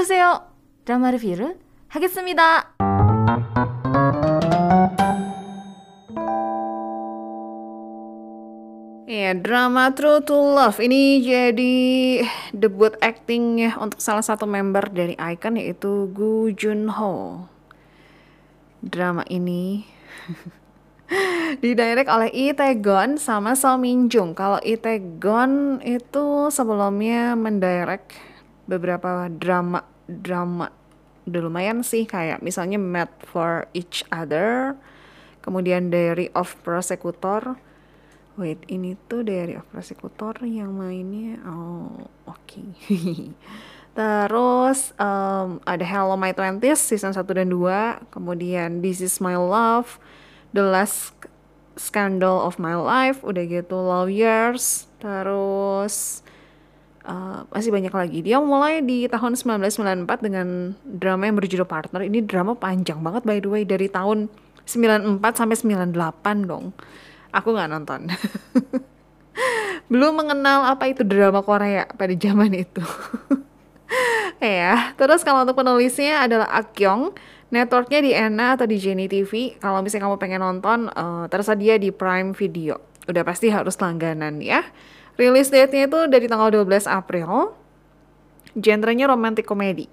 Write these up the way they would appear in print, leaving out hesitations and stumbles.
어서오세요. 드라마 리뷰를 하겠습니다. Ya, drama True to Love ini jadi debut actingnya untuk salah satu member dari iKON yaitu Gu Junho. Drama ini didirect oleh Lee Tae-gon sama Seo Min-jung. Kalau Lee Tae-gon itu sebelumnya mendirect beberapa drama udah lumayan sih, kayak misalnya Mad for Each Other, kemudian Diary of Prosecutor. Wait, ini tuh Diary of Prosecutor yang mainnya, oke. Terus ada Hello My Twenties season 1 dan 2, kemudian This Is My Love, The Last Scandal of My Life, udah gitu Lawyers, terus masih banyak lagi. Dia mulai di tahun 1994 dengan drama yang berjudul Partner. Ini drama panjang banget by the way, dari tahun 94 sampai 98 dong. Aku nggak nonton. Belum mengenal apa itu drama Korea pada zaman itu. Ya, terus kalau untuk penulisnya adalah Akyong. Networknya di Ena atau di Jenny TV. Kalau misalnya kamu pengen nonton, tersedia di Prime Video. Udah pasti harus langganan ya. Release date-nya itu dari tanggal 12 April. Genrenya romantic comedy.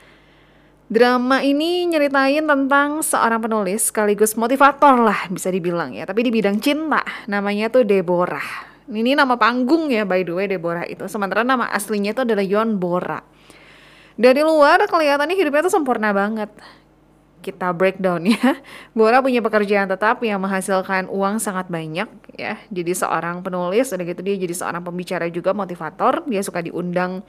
Drama ini nyeritain tentang seorang penulis sekaligus motivator lah bisa dibilang ya, tapi di bidang cinta. Namanya tuh Deborah. Ini nama panggung ya by the way, Deborah itu. Sementara nama aslinya itu adalah Yeon Bora. Dari luar kelihatannya hidupnya tuh sempurna banget. Kita breakdown ya. Bora punya pekerjaan tetap yang menghasilkan uang sangat banyak ya. Jadi seorang penulis, udah gitu dia jadi seorang pembicara juga, motivator. Dia suka diundang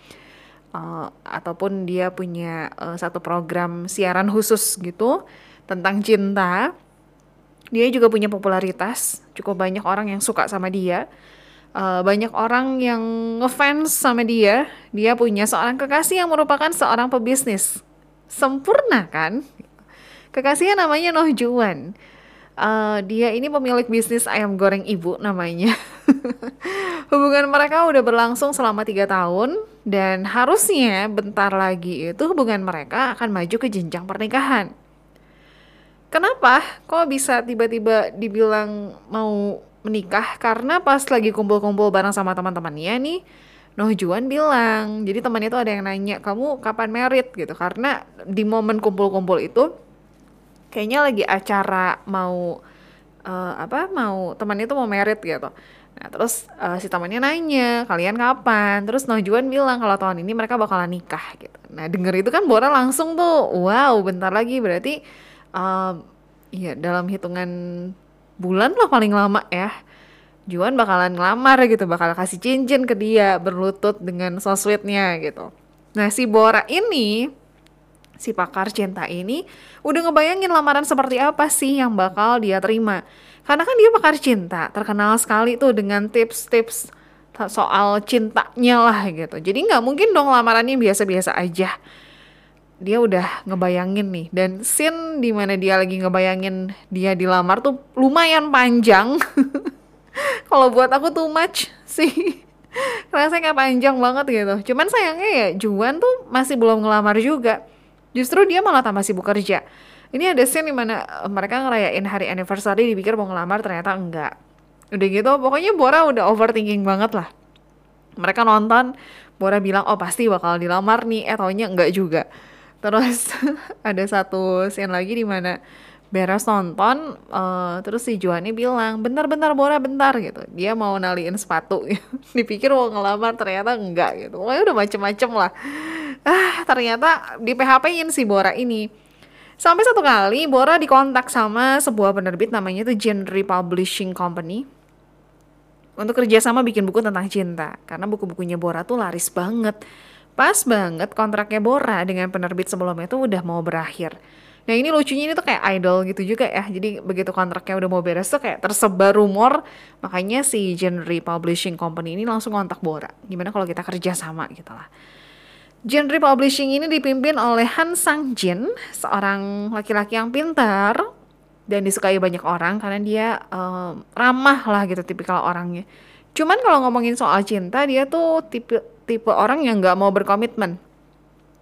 ataupun dia punya satu program siaran khusus gitu tentang cinta. Dia juga punya popularitas, cukup banyak orang yang suka sama dia, banyak orang yang ngefans sama dia. Dia punya seorang kekasih yang merupakan seorang pebisnis, sempurna kan. Kekasihnya namanya Noh Juan. Dia ini pemilik bisnis ayam goreng ibu namanya. Hubungan mereka udah berlangsung selama 3 tahun dan harusnya bentar lagi itu hubungan mereka akan maju ke jenjang pernikahan. Kenapa? Kok bisa tiba-tiba dibilang mau menikah? Karena pas lagi kumpul-kumpul bareng sama teman-temannya nih, Noh Juan bilang, jadi temannya itu ada yang nanya, kamu kapan married gitu? Karena di momen kumpul-kumpul itu kayaknya lagi acara mau temannya itu mau married gitu. Nah terus si temannya nanya, kalian kapan? Terus Noh Juan bilang kalau tahun ini mereka bakalan nikah gitu. Nah denger itu kan Bora langsung tuh, wow bentar lagi berarti ya dalam hitungan bulan lah paling lama ya. Juan bakalan ngelamar gitu, bakal kasih cincin ke dia berlutut dengan so sweetnya gitu. Nah si Bora ini, si pakar cinta ini udah ngebayangin lamaran seperti apa sih yang bakal dia terima. Karena kan dia pakar cinta, terkenal sekali tuh dengan tips-tips soal cintanya lah gitu. Jadi nggak mungkin dong lamarannya biasa-biasa aja. Dia udah ngebayangin nih, dan scene dimana dia lagi ngebayangin dia dilamar tuh lumayan panjang. Kalau buat aku too much sih. Rasanya kayak panjang banget gitu. Cuman sayangnya ya Juan tuh masih belum ngelamar juga. Justru dia malah tambah sibuk kerja. Ini ada scene dimana mereka ngerayain hari anniversary, dipikir mau ngelamar ternyata enggak. Udah gitu pokoknya Bora udah overthinking banget lah. Mereka nonton, Bora bilang oh pasti bakal dilamar nih, taunya enggak juga. Terus ada satu scene lagi dimana beres nonton, terus si Juannya bilang bentar Bora bentar gitu. Dia mau naliin sepatu. Dipikir mau ngelamar ternyata enggak gitu. Pokoknya udah macem-macem lah. Ternyata di PHP-in si Bora ini. Sampai satu kali Bora dikontak sama sebuah penerbit namanya itu Genre Publishing Company untuk kerjasama bikin buku tentang cinta. Karena buku-bukunya Bora tuh laris banget. Pas banget kontraknya Bora dengan penerbit sebelumnya tuh udah mau berakhir. Nah ini lucunya ini tuh kayak idol gitu juga ya. Jadi begitu kontraknya udah mau beres tuh kayak tersebar rumor. Makanya si Genre Publishing Company ini langsung kontak Bora. Gimana kalau kita kerja sama gitu lah. Genre Publishing ini dipimpin oleh Han Sang-jin, seorang laki-laki yang pintar dan disukai banyak orang karena dia ramah lah gitu tipikal orangnya. Cuman kalau ngomongin soal cinta, dia tuh tipe orang yang nggak mau berkomitmen.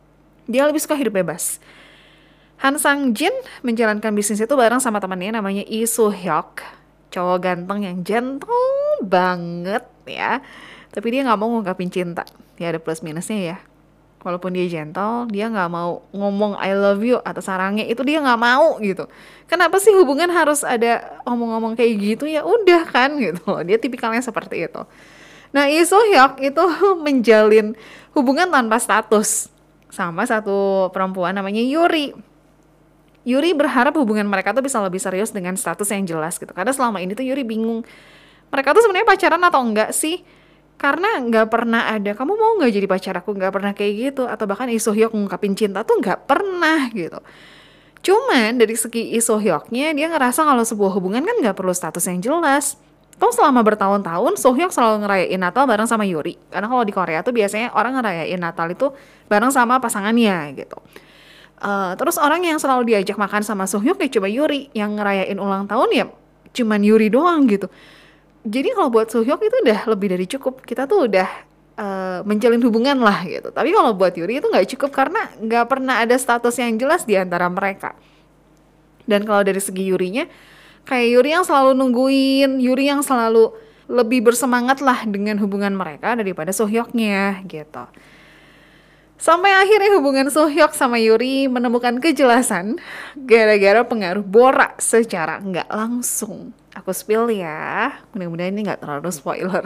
Dia lebih suka hidup bebas. Han Sang Jin menjalankan bisnis itu bareng sama temannya namanya Lee Soo Hyuk, cowok ganteng yang gentle banget ya. Tapi dia nggak mau ngungkapin cinta. Ya ada plus minusnya ya. Walaupun dia gentle, dia nggak mau ngomong I love you atau sarangnya, itu dia nggak mau gitu. Kenapa sih hubungan harus ada omong-omong kayak gitu? Ya udah kan gitu loh. Dia tipikalnya seperti itu. Nah, Lee Soo Hyuk itu menjalin hubungan tanpa status sama satu perempuan namanya Yuri. Yuri berharap hubungan mereka tuh bisa lebih serius dengan status yang jelas gitu. Karena selama ini tuh Yuri bingung, mereka tuh sebenarnya pacaran atau enggak sih? Karena nggak pernah ada, kamu mau nggak jadi pacar aku? Nggak pernah kayak gitu. Atau bahkan Lee Soo Hyuk ngungkapin cinta tuh nggak pernah gitu. Cuman dari segi Lee Soo Hyuknya, dia ngerasa kalau sebuah hubungan kan nggak perlu status yang jelas. Toh selama bertahun-tahun, Soo Hyuk selalu ngerayain Natal bareng sama Yuri. Karena kalau di Korea tuh biasanya orang ngerayain Natal itu bareng sama pasangannya gitu. Terus orang yang selalu diajak makan sama Soo Hyuk ya coba Yuri. Yang ngerayain ulang tahun ya cuman Yuri doang gitu. Jadi kalau buat Soo Hyuk itu udah lebih dari cukup. Kita tuh udah menjalin hubungan lah gitu. Tapi kalau buat Yuri itu nggak cukup karena nggak pernah ada status yang jelas di antara mereka. Dan kalau dari segi Yurinya, kayak Yuri yang selalu nungguin, Yuri yang selalu lebih bersemangat lah dengan hubungan mereka daripada Soo Hyuknya gitu. Sampai akhirnya hubungan Soo Hyuk sama Yuri menemukan kejelasan gara-gara pengaruh Bora secara nggak langsung. Aku spill ya, mudah-mudahan ini nggak terlalu spoiler.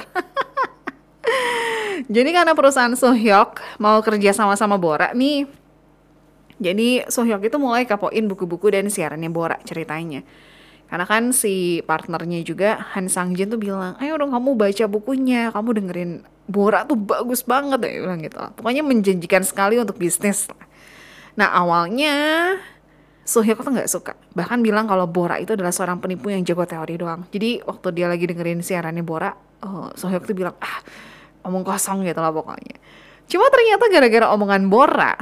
Jadi karena perusahaan Soo Hyuk mau kerja sama-sama Bora nih, jadi Soo Hyuk itu mulai kapoin buku-buku dan siarannya Bora ceritanya. Karena kan si partnernya juga Han Sang Jin tuh bilang, ayo dong kamu baca bukunya, kamu dengerin Bora tuh bagus banget ya, bilang gitu lah. Pokoknya menjanjikan sekali untuk bisnis lah. Nah awalnya Soo Hyuk tuh nggak suka, bahkan bilang kalau Bora itu adalah seorang penipu yang jago teori doang. Jadi waktu dia lagi dengerin siarannya Bora, Soo Hyuk tuh bilang, omong kosong gitu lah pokoknya. Cuma ternyata gara-gara omongan Bora,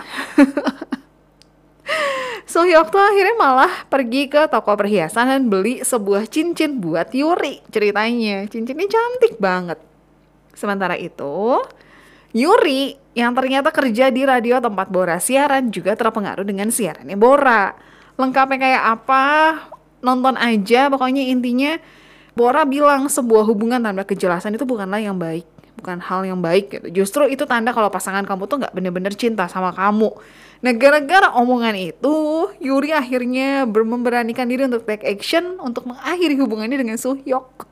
Soo Hyuk tuh akhirnya malah pergi ke toko perhiasan dan beli sebuah cincin buat Yuri ceritanya. Cincinnya cantik banget. Sementara itu, Yuri yang ternyata kerja di radio tempat Bora siaran juga terpengaruh dengan siarannya Bora. Lengkapnya kayak apa? Nonton aja, pokoknya intinya Bora bilang sebuah hubungan tanpa kejelasan itu bukanlah yang baik. Bukan hal yang baik gitu. Justru itu tanda kalau pasangan kamu tuh gak bener-bener cinta sama kamu. Nah gara-gara omongan itu, Yuri akhirnya memberanikan diri untuk take action untuk mengakhiri hubungannya dengan Soo Hyuk.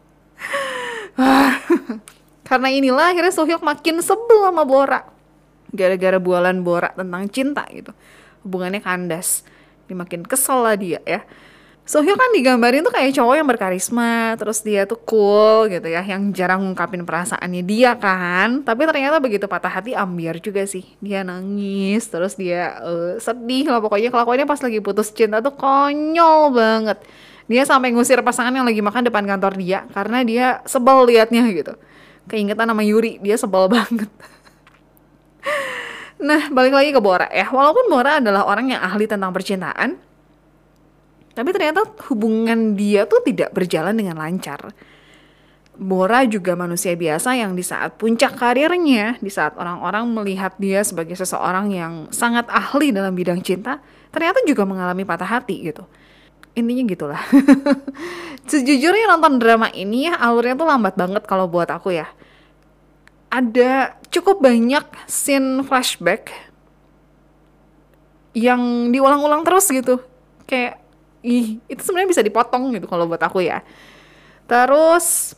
Karena inilah akhirnya Soo Hyuk makin sebel sama Bora. Gara-gara bualan Bora tentang cinta gitu. Hubungannya kandas. Dia makin kesel lah dia ya. Soo Hyuk kan digambarin tuh kayak cowok yang berkarisma, terus dia tuh cool gitu ya, yang jarang ngungkapin perasaannya dia kan. Tapi ternyata begitu patah hati ambiar juga sih. Dia nangis, terus dia sedih lah pokoknya. Kelakuannya pas lagi putus cinta tuh konyol banget. Dia sampai ngusir pasangan yang lagi makan depan kantor dia karena dia sebel liatnya gitu. Keingetan sama Yuri, dia sebel banget. Nah, balik lagi ke Bora ya. Walaupun Bora adalah orang yang ahli tentang percintaan, tapi ternyata hubungan dia tuh tidak berjalan dengan lancar. Bora juga manusia biasa yang di saat puncak karirnya, di saat orang-orang melihat dia sebagai seseorang yang sangat ahli dalam bidang cinta, ternyata juga mengalami patah hati gitu. Intinya gitulah. Sejujurnya nonton drama ini ya alurnya tuh lambat banget kalau buat aku ya. Ada cukup banyak scene flashback yang diulang-ulang terus gitu. Kayak itu sebenarnya bisa dipotong gitu kalau buat aku ya. Terus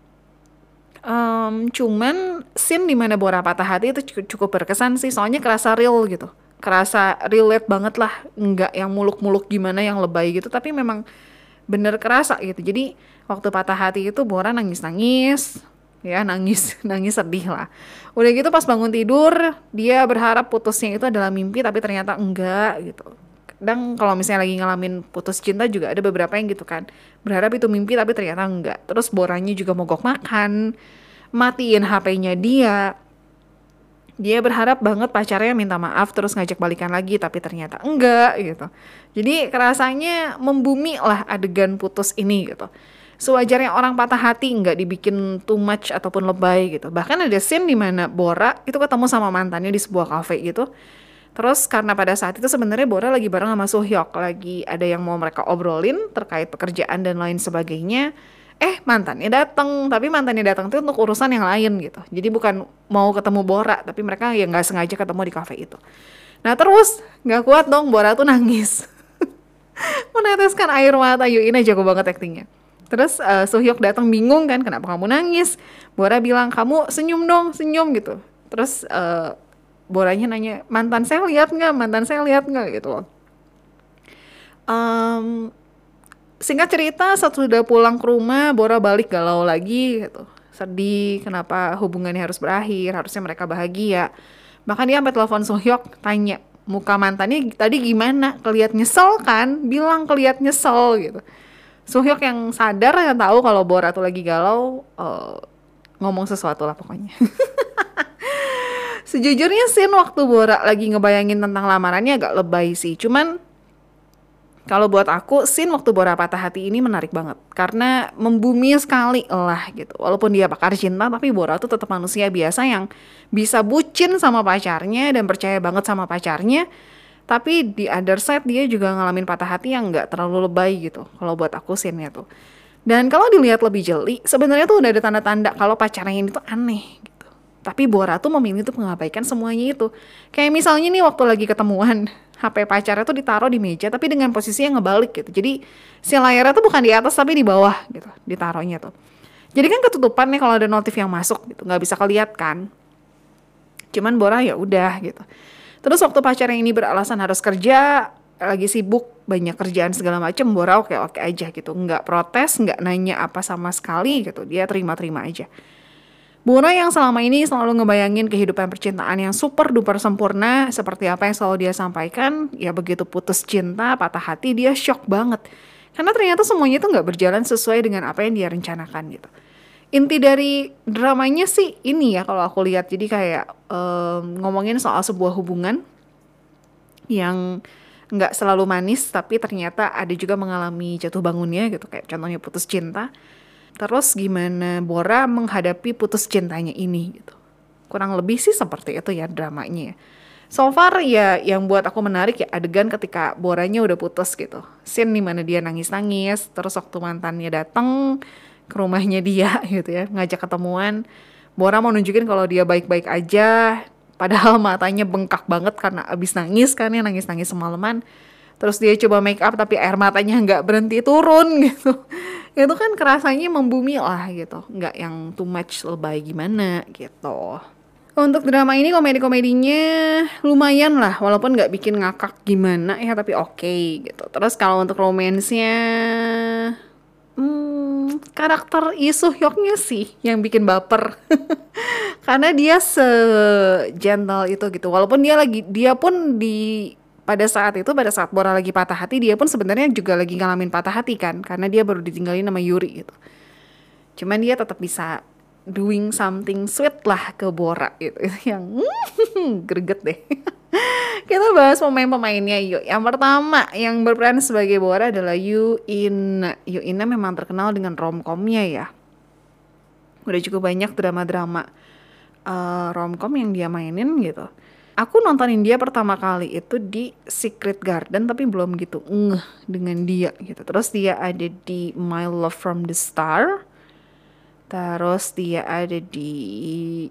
cuman scene dimana Bora patah hati itu cukup berkesan sih. Soalnya kerasa real gitu. Kerasa relate banget lah. Nggak yang muluk-muluk gimana yang lebay gitu. Tapi memang bener kerasa gitu. Jadi waktu patah hati itu Bora nangis-nangis. Ya nangis sedih lah. Udah gitu pas bangun tidur dia berharap putusnya itu adalah mimpi. Tapi ternyata enggak gitu. Kadang kalau misalnya lagi ngalamin putus cinta juga ada beberapa yang gitu kan. Berharap itu mimpi tapi ternyata enggak. Terus Boranya juga mogok makan. Matiin HP-nya dia. Dia berharap banget pacarnya minta maaf terus ngajak balikan lagi. Tapi ternyata enggak gitu. Jadi kerasanya membumi lah adegan putus ini gitu. Sewajarnya orang patah hati nggak dibikin too much ataupun lebay gitu. Bahkan ada scene dimana Bora itu ketemu sama mantannya di sebuah kafe gitu. Terus karena pada saat itu sebenarnya Bora lagi bareng sama Suhyok, lagi ada yang mau mereka obrolin terkait pekerjaan dan lain sebagainya. Mantannya datang, tapi mantannya datang tuh untuk urusan yang lain gitu. Jadi bukan mau ketemu Bora, tapi mereka ya nggak sengaja ketemu di kafe itu. Nah terus nggak kuat dong, Bora tuh nangis. Meneteskan air mata. Yuina jago banget aktingnya. Terus Suhyok datang bingung kan, kenapa kamu nangis? Bora bilang, kamu senyum dong, senyum gitu. Terus Boranya nanya, mantan saya lihat nggak gitu loh. Singkat cerita, setelah pulang ke rumah, Bora balik galau lagi gitu. Sedih, kenapa hubungannya harus berakhir, harusnya mereka bahagia. Bahkan dia sampai telepon Suhyok, tanya, muka mantannya tadi gimana? Keliat nyesel kan? Bilang keliat nyesel gitu. Suhyok yang sadar, yang tahu kalau Bora tuh lagi galau, ngomong sesuatu lah pokoknya. Sejujurnya scene waktu Bora lagi ngebayangin tentang lamarannya agak lebay sih. Cuman kalau buat aku scene waktu Bora patah hati ini menarik banget. Karena membumi sekali lah gitu. Walaupun dia pakar cinta, tapi Bora tuh tetap manusia biasa yang bisa bucin sama pacarnya dan percaya banget sama pacarnya. Tapi di other side dia juga ngalamin patah hati yang gak terlalu lebay gitu. Kalau buat aku scene-nya tuh. Dan kalau dilihat lebih jeli, sebenarnya tuh udah ada tanda-tanda kalau pacarnya ini tuh aneh gitu. Tapi Bora tuh memilih tuh mengabaikan semuanya itu. Kayak misalnya nih waktu lagi ketemuan, HP pacarnya tuh ditaruh di meja tapi dengan posisi yang ngebalik gitu. Jadi si layarnya tuh bukan di atas tapi di bawah gitu, ditaruhnya tuh. Jadi kan ketutupan nih kalau ada notif yang masuk gitu, nggak bisa keliat kan. Cuman Bora ya udah gitu. Terus waktu pacarnya ini beralasan harus kerja, lagi sibuk, banyak kerjaan segala macem, Bora oke-oke aja gitu. Nggak protes, nggak nanya apa sama sekali gitu. Dia terima-terima aja. Bora yang selama ini selalu ngebayangin kehidupan percintaan yang super duper sempurna, seperti apa yang selalu dia sampaikan, ya begitu putus cinta, patah hati, dia shock banget. Karena ternyata semuanya itu nggak berjalan sesuai dengan apa yang dia rencanakan gitu. Inti dari dramanya sih ini ya kalau aku lihat, jadi kayak ngomongin soal sebuah hubungan yang nggak selalu manis, tapi ternyata ada juga mengalami jatuh bangunnya gitu, kayak contohnya putus cinta. Terus gimana Bora menghadapi putus cintanya ini gitu. Kurang lebih sih seperti itu ya dramanya. So far ya yang buat aku menarik ya adegan ketika Boranya udah putus gitu. Scene dimana dia nangis-nangis, terus waktu mantannya datang ke rumahnya dia gitu ya, ngajak ketemuan. Bora mau nunjukin kalau dia baik-baik aja, padahal matanya bengkak banget karena abis nangis kan ya, nangis-nangis semalaman. Terus dia coba make up tapi air matanya nggak berhenti turun gitu. Itu kan kerasanya membumi lah gitu, nggak yang too much lebay gimana gitu. Untuk drama ini komedi-komedinya lumayan lah, walaupun nggak bikin ngakak gimana ya, tapi oke gitu. Terus kalau untuk romansnya, karakter Lee Soo-hyuknya sih yang bikin baper. Karena dia se-gentle itu gitu, walaupun dia pun pada saat Bora lagi patah hati, dia pun sebenarnya juga lagi ngalamin patah hati kan, karena dia baru ditinggalin sama Yuri gitu. Cuman dia tetap bisa doing something sweet lah ke Bora gitu, yang greget deh. Kita bahas pemain-pemainnya yuk. Yang pertama yang berperan sebagai Bora adalah Yuina. Yuina memang terkenal dengan romcomnya ya. Udah cukup banyak drama-drama romcom yang dia mainin gitu. Aku nontonin dia pertama kali itu di Secret Garden, tapi belum gitu dengan dia gitu. Terus dia ada di My Love from the Star. Terus dia ada di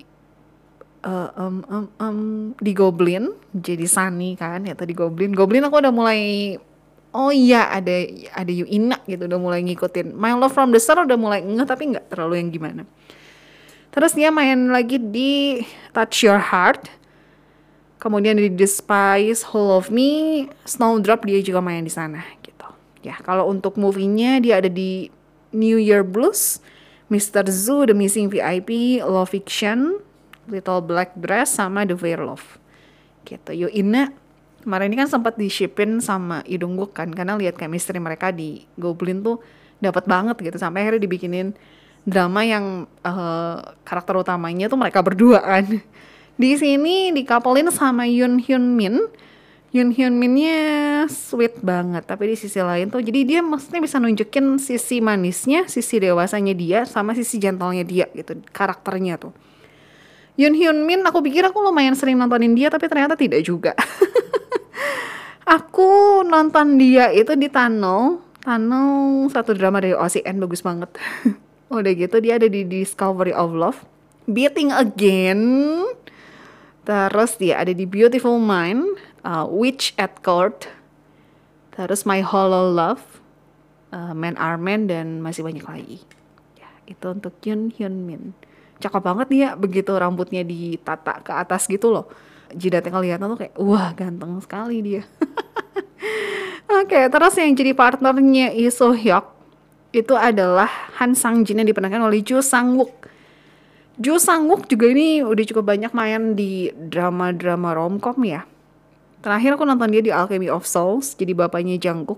di Goblin, jadi Sunny kan ya, tadi Goblin aku udah mulai ada Yuina gitu, udah mulai ngikutin. My Love from the Star udah mulai tapi nggak terlalu yang gimana. Terus dia main lagi di Touch Your Heart. Kemudian di Despise Who Love Me, Snowdrop dia juga main di sana gitu. Ya, kalau untuk movie-nya dia ada di New Year Blues, Mr. Zoo, The Missing VIP, Love Fiction, Little Black Dress, sama The Fair Love. Gitu. Yuina kemarin ini kan sempat di-shipin sama Lee Dong-wook kan, karena lihat chemistry mereka di Goblin tuh dapat banget gitu, sampai akhirnya dibikinin drama yang karakter utamanya tuh mereka berdua kan. Di sini dikapelin sama Yoon Hyun Min. Yoon Hyun Min-nya sweet banget, tapi di sisi lain tuh jadi dia maksudnya bisa nunjukin sisi manisnya, sisi dewasanya dia, sama sisi gentle-nya dia gitu, karakternya tuh. Yoon Hyun Min, aku pikir aku lumayan sering nontonin dia, tapi ternyata tidak juga. Aku nonton dia itu di Tunnel. Tunnel satu drama dari OCN, bagus banget. Udah gitu dia ada di Discovery of Love, Beating Again. Terus dia ada di Beautiful Mind, Witch at Court. Terus My Hollow Love, Man Are Man, dan masih banyak lagi. Ya, itu untuk Yoon Hyun Min. Cakep banget dia, begitu rambutnya ditata ke atas gitu loh. Jidatnya kelihatan tuh kayak, wah ganteng sekali dia. Oke, terus yang jadi partnernya Lee So Hyuk itu adalah Han Sang Jin yang diperankan oleh Jo Sang Wook. Jo Sang Wook juga ini udah cukup banyak main di drama-drama romcom ya. Terakhir aku nonton dia di Alchemy of Souls, jadi bapaknya Jungkook.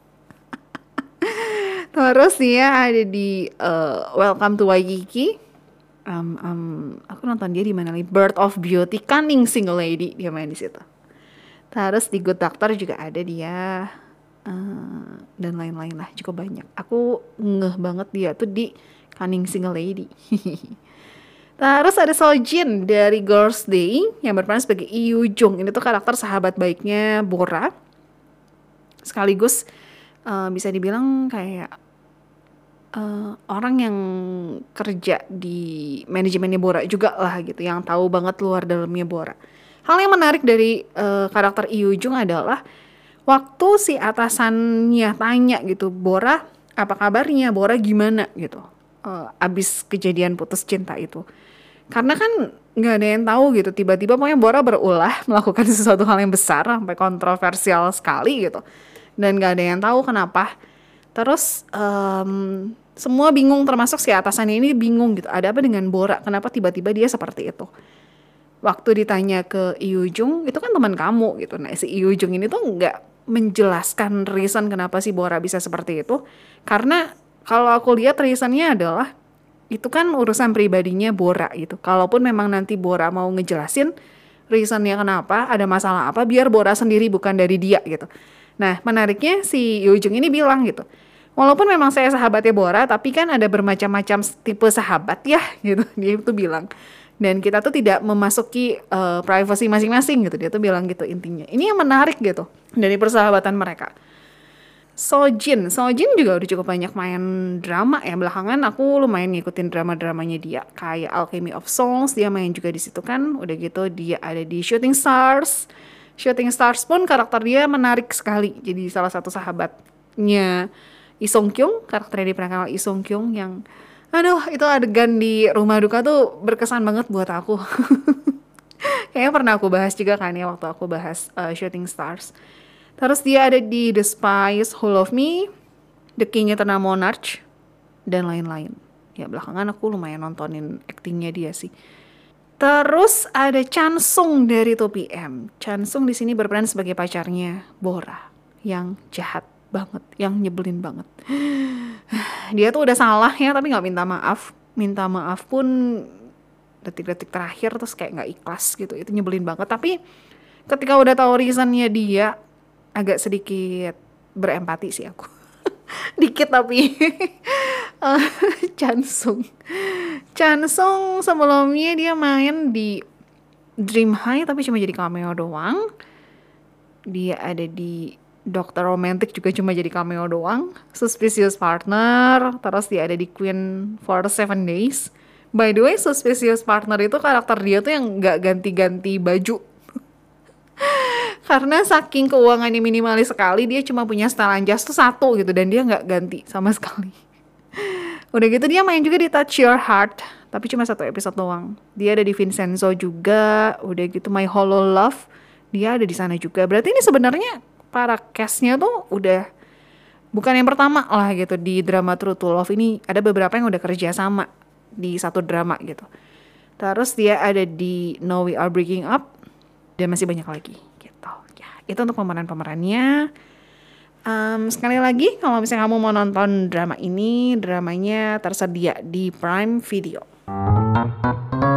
Terus dia ada di Welcome to Waikiki. Aku nonton dia di mana lagi? Birth of Beauty, Cunning Single Lady, dia main di situ. Terus di Good Doctor juga ada dia, dan lain-lain lah, cukup banyak. Aku ngeh banget dia tuh di Cunning Single Lady. Terus ada Sojin dari Girls' Day yang berperan sebagai Lee Yoo Jung. Ini tuh karakter sahabat baiknya Bora. Sekaligus bisa dibilang kayak orang yang kerja di manajemennya Bora juga lah gitu, yang tahu banget luar dalamnya Bora. Hal yang menarik dari karakter Lee Yoo Jung adalah waktu si atasannya tanya gitu, Bora apa kabarnya, Bora gimana gitu, abis kejadian putus cinta itu. Karena kan nggak ada yang tahu gitu, tiba-tiba pokoknya Bora berulah melakukan sesuatu hal yang besar sampai kontroversial sekali gitu, dan nggak ada yang tahu kenapa. Terus semua bingung, termasuk si atasannya ini bingung gitu, ada apa dengan Bora, kenapa tiba-tiba dia seperti itu. Waktu ditanya ke Lee Yoo Jung, itu kan teman kamu gitu. Nah si Lee Yoo Jung ini tuh nggak menjelaskan reason kenapa si Bora bisa seperti itu, karena kalau aku lihat reasonnya adalah itu kan urusan pribadinya Bora gitu. Kalaupun memang nanti Bora mau ngejelasin reasonnya kenapa, ada masalah apa, biar Bora sendiri, bukan dari dia gitu. Nah menariknya si Yoo Jung ini bilang gitu, walaupun memang saya sahabatnya Bora, tapi kan ada bermacam-macam tipe sahabat ya gitu. Dia itu bilang, dan kita tuh tidak memasuki privasi masing-masing gitu. Dia tuh bilang gitu intinya. Ini yang menarik gitu dari persahabatan mereka. Sojin juga udah cukup banyak main drama ya. Belakangan aku lumayan ngikutin drama-dramanya dia. Kayak Alchemy of Souls, dia main juga di situ kan. Udah gitu dia ada di Shooting Stars. Shooting Stars pun karakter dia menarik sekali. Jadi salah satu sahabatnya Lee Sung Kyung, karakternya diperankan oleh Lee Sung Kyung yang, aduh itu adegan di rumah duka tuh berkesan banget buat aku. Kayaknya pernah aku bahas juga kan ya waktu aku bahas Shooting Stars. Terus dia ada di The Spies Who Love Me, The King Eternal Monarch, dan lain-lain. Ya belakangan aku lumayan nontonin aktingnya dia sih. Terus ada Chan Sung dari 2PM. Chan Sung di sini berperan sebagai pacarnya Bora yang jahat banget, yang nyebelin banget. Dia tuh udah salah ya, tapi nggak minta maaf. Minta maaf pun detik-detik terakhir, terus kayak nggak ikhlas gitu. Itu nyebelin banget. Tapi ketika udah tahu reasonnya dia, agak sedikit berempati sih aku. Dikit tapi. Chan Sung sebelumnya dia main di Dream High tapi cuma jadi cameo doang. Dia ada di Dr. Romantic juga cuma jadi cameo doang. Suspicious Partner, terus dia ada di Queen for 7 Days. By the way, Suspicious Partner itu karakter dia tuh yang gak ganti-ganti baju. Karena saking keuangannya minimalis sekali, dia cuma punya setelan jas tuh satu gitu, dan dia gak ganti sama sekali. Udah gitu dia main juga di Touch Your Heart, tapi cuma 1 episode doang. Dia ada di Vincenzo juga. Udah gitu My Hollow Love, dia ada di sana juga. Berarti ini sebenarnya para castnya tuh udah bukan yang pertama lah gitu di drama True to Love ini. Ada beberapa yang udah kerja sama di satu drama gitu. Terus dia ada di No We Are Breaking Up, dan masih banyak lagi gitu. Ya, itu untuk pemeran-pemerannya. Sekali lagi, kalau misalnya kamu mau nonton drama ini, dramanya tersedia di Prime Video.